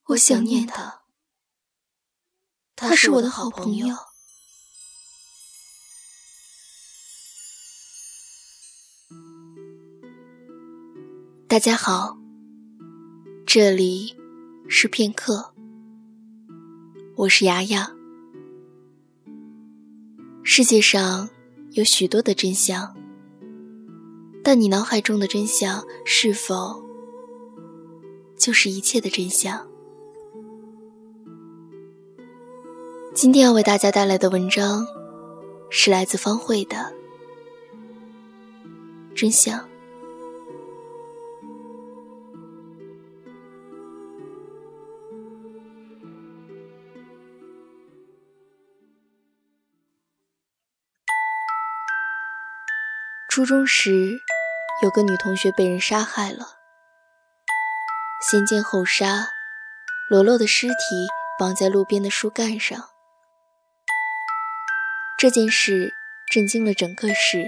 我想念他，他是我的好朋友。 大家好，这里是片刻，我是雅雅。世界上有许多的真相，但你脑海中的真相是否就是一切的真相？今天要为大家带来的文章是来自方慧的真相。初中时，有个女同学被人杀害了，先奸后杀，裸露的尸体绑在路边的树干上。这件事震惊了整个市，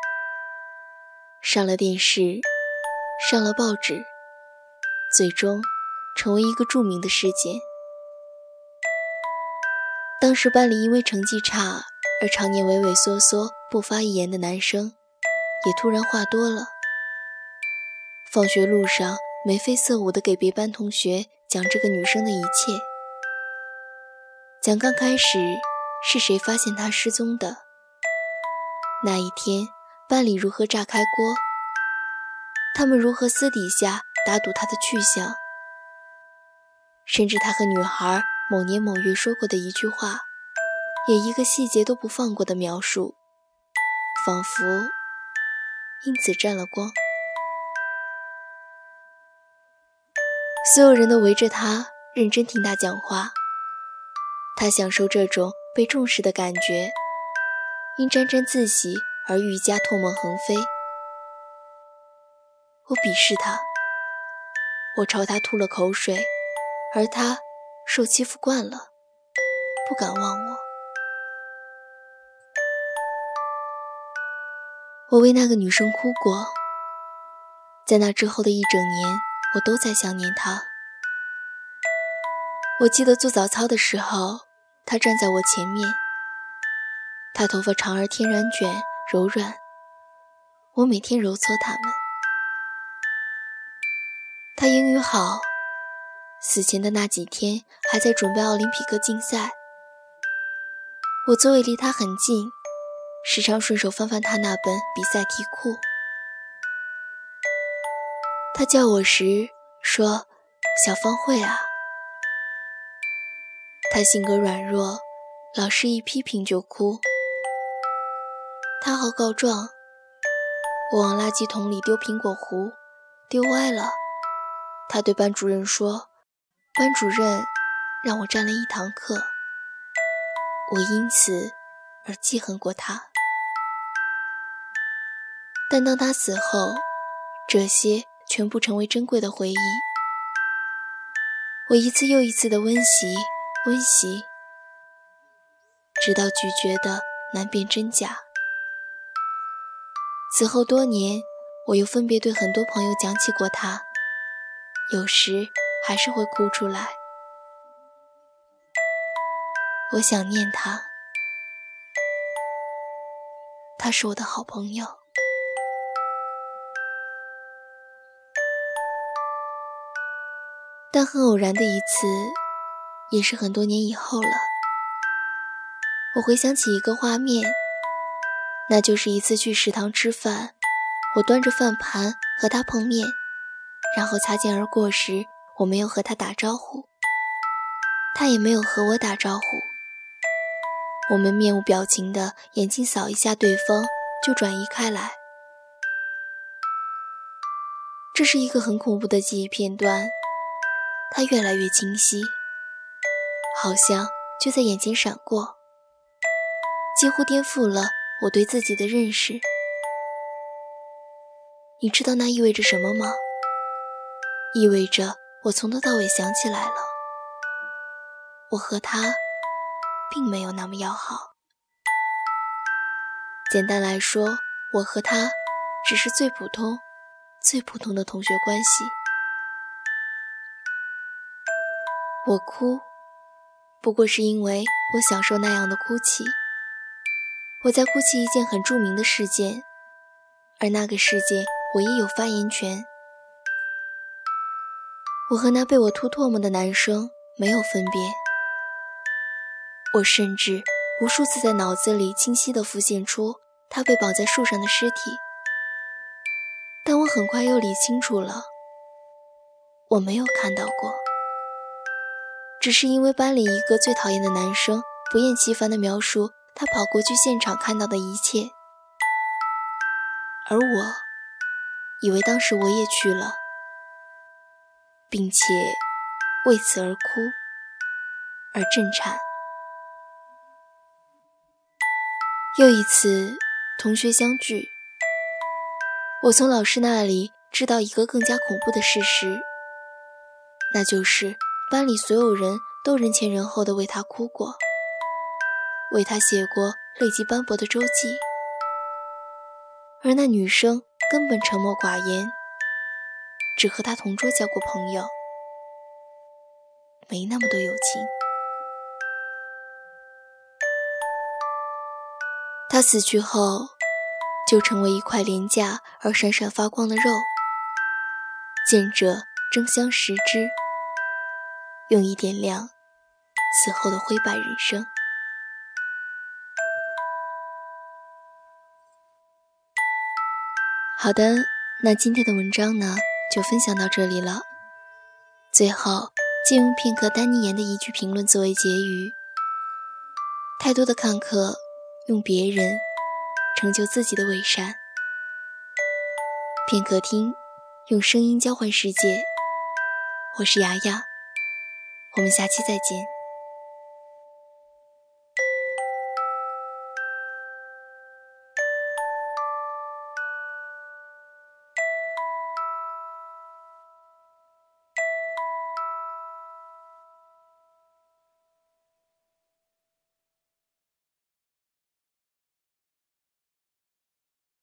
上了电视，上了报纸，最终成为一个著名的事件。当时班里因为成绩差而常年畏畏缩缩不发一言的男生也突然话多了，放学路上眉飞色舞地给别班同学讲这个女生的一切。讲刚开始是谁发现她失踪的，那一天班里如何炸开锅，他们如何私底下打赌她的去向，甚至她和女孩某年某月说过的一句话，也一个细节都不放过的描述，仿佛因此沾了光。所有人都围着他认真听他讲话，他享受这种被重视的感觉，因沾沾自喜而愈加唾沫横飞。我鄙视他，我朝他吐了口水，而他受欺负惯了，不敢忘我。我为那个女生哭过，在那之后的一整年，我都在想念她。我记得做早操的时候，她站在我前面，她头发长而天然卷，柔软，我每天揉搓它们。她英语好，死前的那几天还在准备奥林匹克竞赛。我座位离她很近，时常顺手翻翻她那本比赛题库。她叫我时说：“小方慧啊。”她性格软弱，老师一批评就哭。她好告状，我往垃圾桶里丢苹果核，丢歪了。她对班主任说，班主任让我占了一堂课，我因此而记恨过她。但当她死后，这些全部成为珍贵的回忆。我一次又一次的温习，直到咀嚼的难辨真假。此后多年，我又分别对很多朋友讲起过她，有时还是会哭出来。我想念她，她是我的好朋友。但很偶然的一次，也是很多年以后了，我回想起一个画面，那就是一次去食堂吃饭，我端着饭盘和他碰面，然后擦肩而过时，我没有和他打招呼，他也没有和我打招呼，我们面无表情的眼睛扫一下对方就转移开来。这是一个很恐怖的记忆片段，它越来越清晰，好像就在眼前闪过，几乎颠覆了我对自己的认识。你知道那意味着什么吗？意味着我从头到尾想起来了，我和他并没有那么要好。简单来说，我和他只是最普通的同学关系。 我哭，不过是因为我享受那样的哭泣。我在哭泣一件很著名的事件，而那个事件我也有发言权。我和那被我吐唾沫的男生没有分别，我甚至无数次在脑子里清晰地浮现出他被绑在树上的尸体，但我很快又理清楚了，我没有看到过，只是因为班里一个最讨厌的男生不厌其烦地描述他跑过去现场看到的一切，而我以为当时我也去了，并且为此而哭而震颤。又一次同学相聚，我从老师那里知道一个更加恐怖的事实，那就是班里所有人都人前人后的为他哭过，为他写过累及斑驳的周记，而那女生根本沉默寡言，只和他同桌交过朋友，没那么多友情。他死去后就成为一块廉价而闪闪发光的肉，见者争相食之，用以点亮此后的灰白人生。好的，那今天的文章呢就分享到这里了。最后借用片刻丹尼言的一句评论作为结语：太多的看客用别人成就自己的伪善。片刻听，用声音交换世界。我是雅雅，我们下期再见。